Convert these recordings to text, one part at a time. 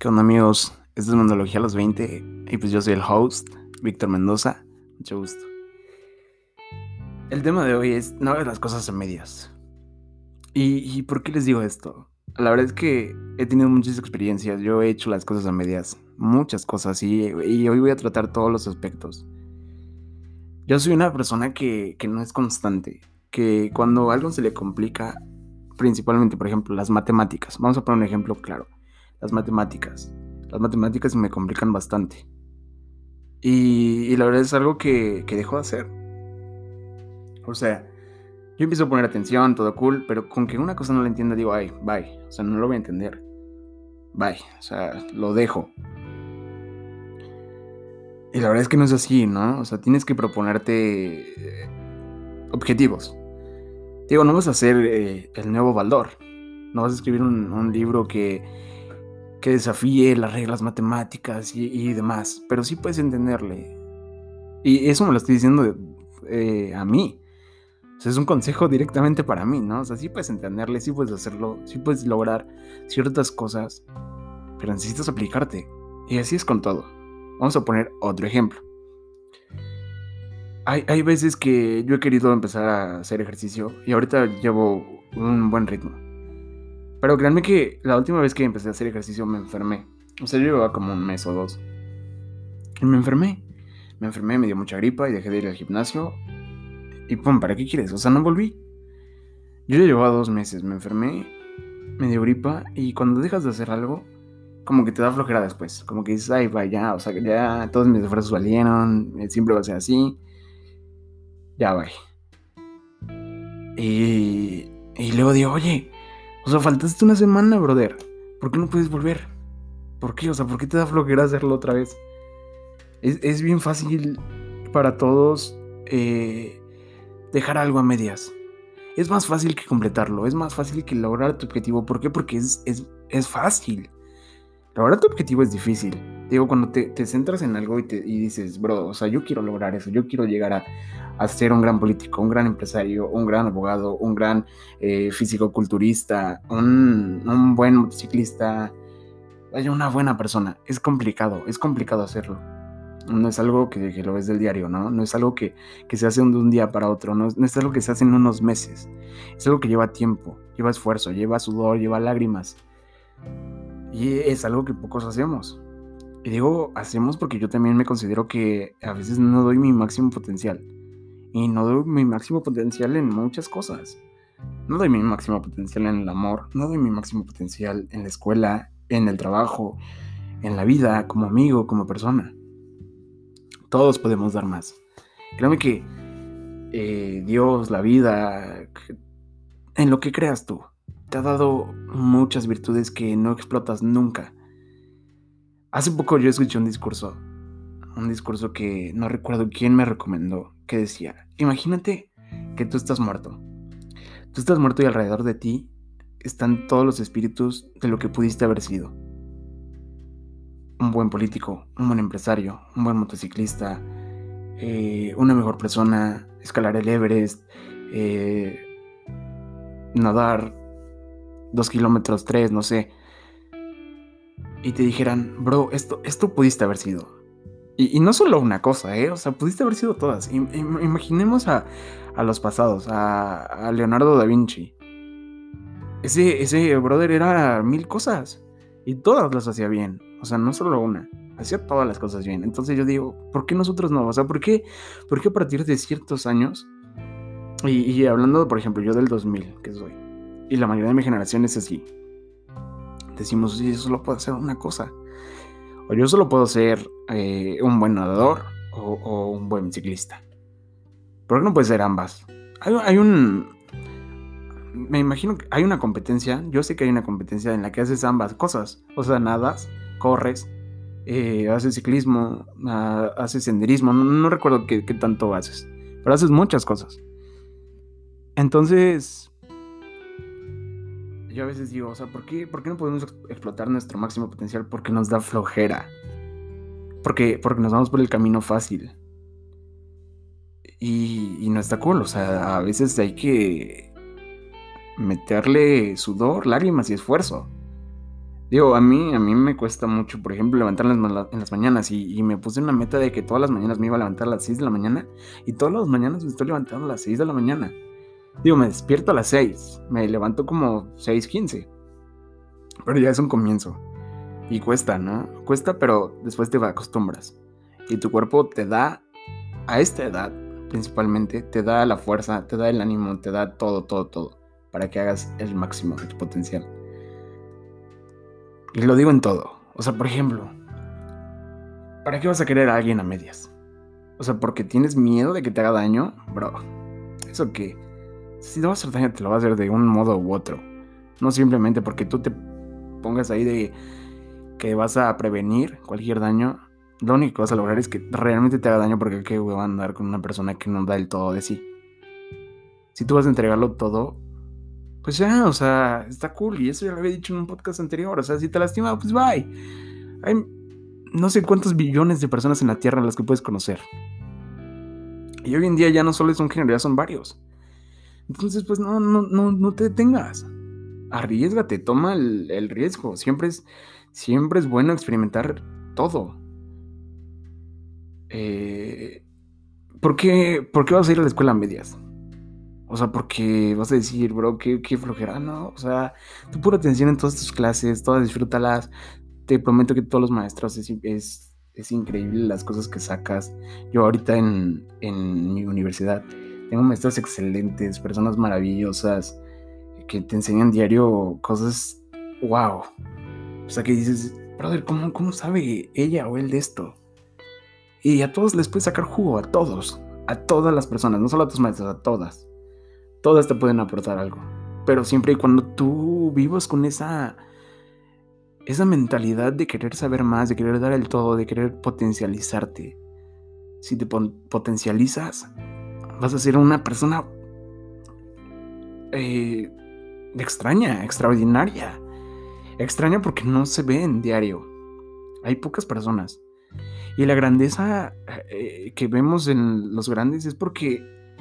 ¿Qué onda, amigos? Esto es Mondología a los 20 y pues yo soy el host, Víctor Mendoza. Mucho gusto. El tema de hoy es no hagas las cosas a medias. ¿Y por qué les digo esto? La verdad es que he tenido muchas experiencias, yo he hecho las cosas a medias, muchas cosas y hoy voy a tratar todos los aspectos. Yo soy una persona que no es constante, que cuando algo se le complica, principalmente, por ejemplo, las matemáticas. Vamos a poner un ejemplo claro. Las matemáticas. Las matemáticas me complican bastante. Y la verdad es algo que dejo de hacer. O sea, yo empiezo a poner atención, todo cool, pero con que una cosa no la entienda digo, ay, bye. O sea, no lo voy a entender. Bye. O sea, lo dejo. Y la verdad es que no es así, ¿no? O sea, tienes que proponerte objetivos. Digo, no vas a ser el nuevo Baldor. No vas a escribir un libro que desafíe las reglas matemáticas y demás. Pero sí puedes entenderle. Y eso me lo estoy diciendo a mí. O sea, es un consejo directamente para mí, ¿no? O sea, sí puedes entenderle, sí puedes hacerlo, sí puedes lograr ciertas cosas, pero necesitas aplicarte. Y así es con todo. Vamos a poner otro ejemplo. Hay veces que yo he querido empezar a hacer ejercicio y ahorita llevo un buen ritmo. Pero créanme que la última vez que empecé a hacer ejercicio me enfermé. O sea, yo llevaba como un mes o dos. Y me enfermé. Me dio mucha gripa y dejé de ir al gimnasio. Y pum, ¿para qué quieres? O sea, no volví. Yo ya llevaba 2 meses, me enfermé, me dio gripa y cuando dejas de hacer algo, como que te da flojera después. Como que dices, ay, vaya, o sea, ya todos mis esfuerzos valieron, siempre va a ser así, ya va. Y luego digo, oye, o sea, faltaste una semana, brother. ¿Por qué no puedes volver? ¿Por qué? O sea, ¿por qué te da flojera hacerlo otra vez? Es bien fácil para todos dejar algo a medias. Es más fácil que completarlo, es más fácil que lograr tu objetivo. ¿Por qué? Porque es fácil. Lograr tu objetivo es difícil. Digo, cuando te centras en algo y dices, bro, o sea, yo quiero lograr eso, yo quiero llegar a ser un gran político, un gran empresario, un gran abogado, un gran físico-culturista, un buen motociclista, vaya, una buena persona. Es complicado hacerlo. No es algo que lo ves del diario, ¿no? No es algo que se hace de un día para otro, no es algo que se hace en unos meses. Es algo que lleva tiempo, lleva esfuerzo, lleva sudor, lleva lágrimas. Y es algo que pocos hacemos. Y digo, hacemos porque yo también me considero que a veces no doy mi máximo potencial. Y no doy mi máximo potencial en muchas cosas. No doy mi máximo potencial en el amor, no doy mi máximo potencial en la escuela, en el trabajo, en la vida, como amigo, como persona. Todos podemos dar más. Créeme que Dios, la vida, en lo que creas tú, te ha dado muchas virtudes que no explotas nunca. Hace poco yo escuché un discurso que no recuerdo quién me recomendó, que decía, imagínate que tú estás muerto. Tú estás muerto y alrededor de ti están todos los espíritus de lo que pudiste haber sido. Un buen político, un buen empresario, un buen motociclista, una mejor persona, escalar el Everest, nadar 2 kilómetros, 3, no sé. Y te dijeran, bro, esto pudiste haber sido. Y no solo una cosa, o sea, pudiste haber sido todas. Imaginemos a los pasados, a Leonardo da Vinci. Ese brother era 1000 cosas y todas las hacía bien. O sea, no solo una, hacía todas las cosas bien. Entonces yo digo, ¿por qué nosotros no? O sea, ¿por qué a partir de ciertos años? Y hablando, por ejemplo, yo del 2000, que soy, y la mayoría de mi generación es así. Decimos, sí, yo solo puedo hacer una cosa. O yo solo puedo ser un buen nadador o un buen ciclista. ¿Por qué no puede ser ambas? Me imagino que hay una competencia. Yo sé que hay una competencia en la que haces ambas cosas. O sea, nadas, corres, haces ciclismo, haces senderismo. No recuerdo qué tanto haces. Pero haces muchas cosas. Entonces, yo a veces digo, o sea, ¿por qué no podemos explotar nuestro máximo potencial? Porque nos da flojera. Porque nos vamos por el camino fácil. Y no está cool. O sea, a veces hay que meterle sudor, lágrimas y esfuerzo. Digo, a mí me cuesta mucho, por ejemplo, levantar en las mañanas y me puse una meta de que todas las mañanas me iba a levantar a las 6 de la mañana y todas las mañanas me estoy levantando a las 6 de la mañana. Digo, me despierto a las 6, me levanto como 6:15, pero ya es un comienzo y cuesta, ¿no? Cuesta, pero después te acostumbras y tu cuerpo te da, a esta edad principalmente, te da la fuerza, te da el ánimo, te da todo, todo, todo para que hagas el máximo de tu potencial. Y lo digo en todo. O sea, por ejemplo, ¿para qué vas a querer a alguien a medias? O sea, porque tienes miedo de que te haga daño, bro. ¿Eso qué? Si te va a hacer daño, te lo va a hacer de un modo u otro. No simplemente porque tú te pongas ahí de que vas a prevenir cualquier daño. Lo único que vas a lograr es que realmente te haga daño, porque qué va a andar con una persona que no da el todo de sí. Si tú vas a entregarlo todo, pues ya, o sea, está cool. Y eso ya lo había dicho en un podcast anterior. O sea, si te lastima, pues bye. Hay no sé cuántos billones de personas en la Tierra a las que puedes conocer. Y hoy en día ya no solo es un género, ya son varios. Entonces, pues no te detengas. Arriésgate, toma el riesgo. Siempre es bueno experimentar todo. ¿Por qué vas a ir a la escuela a medias? O sea, porque vas a decir, bro, qué flojera, ¿no? O sea, tú pura atención en todas tus clases, todas disfrútalas. Te prometo que todos los maestros es increíble las cosas que sacas. Yo ahorita en mi universidad tengo maestros excelentes, personas maravillosas que te enseñan diario cosas, wow. O sea, que dices, brother, ¿cómo sabe ella o él de esto? Y a todos les puedes sacar jugo, a todas las personas, no solo a tus maestros, a todas. Todas te pueden aportar algo. Pero siempre y cuando tú vivas con esa mentalidad de querer saber más, de querer dar el todo, de querer potencializarte. Si te potencializas, vas a ser una persona extraña, extraordinaria. Extraña porque no se ve en diario. Hay pocas personas. Y la grandeza que vemos en los grandes es porque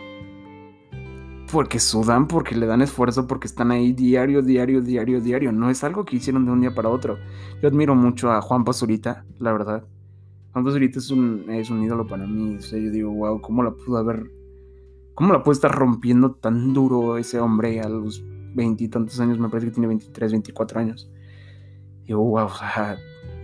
sudan, porque le dan esfuerzo, porque están ahí diario. No es algo que hicieron de un día para otro. Yo admiro mucho a Juan Pazurita, la verdad. Juan Pazurita es un ídolo para mí. O sea, yo digo, wow, ¿cómo la puede estar rompiendo tan duro ese hombre a los 20 y tantos años? Me parece que tiene 23, 24 años. Digo, wow, o sea,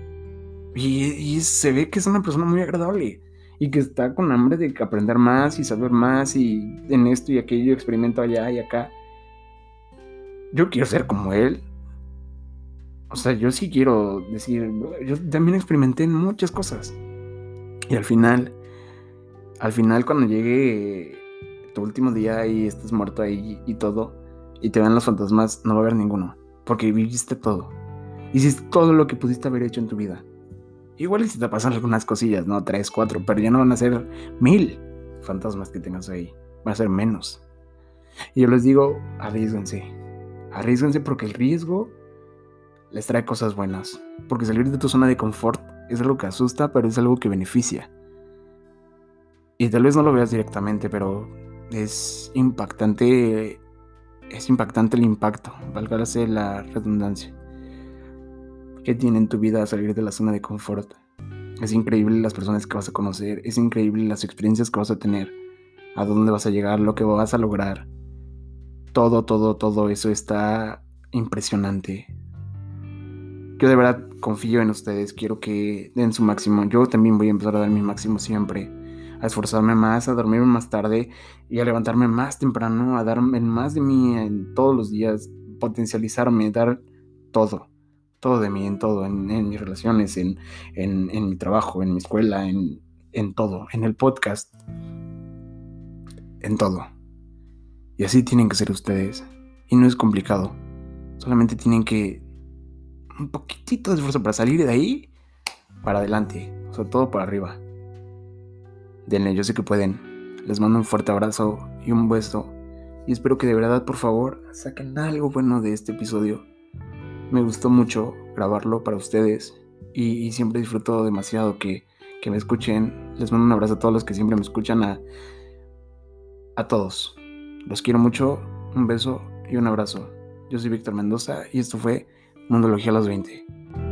y se ve que es una persona muy agradable y que está con hambre de aprender más y saber más, y en esto y aquello, experimento allá y acá. Yo quiero ser como él. O sea, yo sí quiero decir, yo también experimenté en muchas cosas. Y al final cuando llegue tu último día y estés muerto ahí y todo, y te vean los fantasmas, no va a haber ninguno, porque viviste todo. Hiciste todo lo que pudiste haber hecho en tu vida. Igual si te pasan algunas cosillas, ¿no? 3, 4, pero ya no van a ser 1000 fantasmas que tengas ahí. Van a ser menos. Y yo les digo, arriésguense. Arriésguense, porque el riesgo les trae cosas buenas. Porque salir de tu zona de confort es algo que asusta, pero es algo que beneficia. Y tal vez no lo veas directamente, pero es impactante. Es impactante el impacto, válgase la redundancia, que tiene en tu vida salir de la zona de confort. Es increíble las personas que vas a conocer, es increíble las experiencias que vas a tener, a dónde vas a llegar, lo que vas a lograr. Todo eso está impresionante. Yo de verdad confío en ustedes, quiero que den su máximo. Yo también voy a empezar a dar mi máximo siempre, a esforzarme más, a dormirme más tarde y a levantarme más temprano, a dar más de mí en todos los días, potencializarme, dar todo de mí, en todo, en mis relaciones, en mi trabajo, en mi escuela, en todo, en el podcast, en todo. Y así tienen que ser ustedes. Y no es complicado. Solamente tienen que un poquitito de esfuerzo para salir de ahí para adelante. O sea, todo para arriba. Denle, yo sé que pueden. Les mando un fuerte abrazo y un beso. Y espero que de verdad, por favor, saquen algo bueno de este episodio. Me gustó mucho grabarlo para ustedes. Y siempre disfruto demasiado que me escuchen. Les mando un abrazo a todos los que siempre me escuchan. A todos. Los quiero mucho. Un beso y un abrazo. Yo soy Víctor Mendoza y esto fue Mundología a los 20.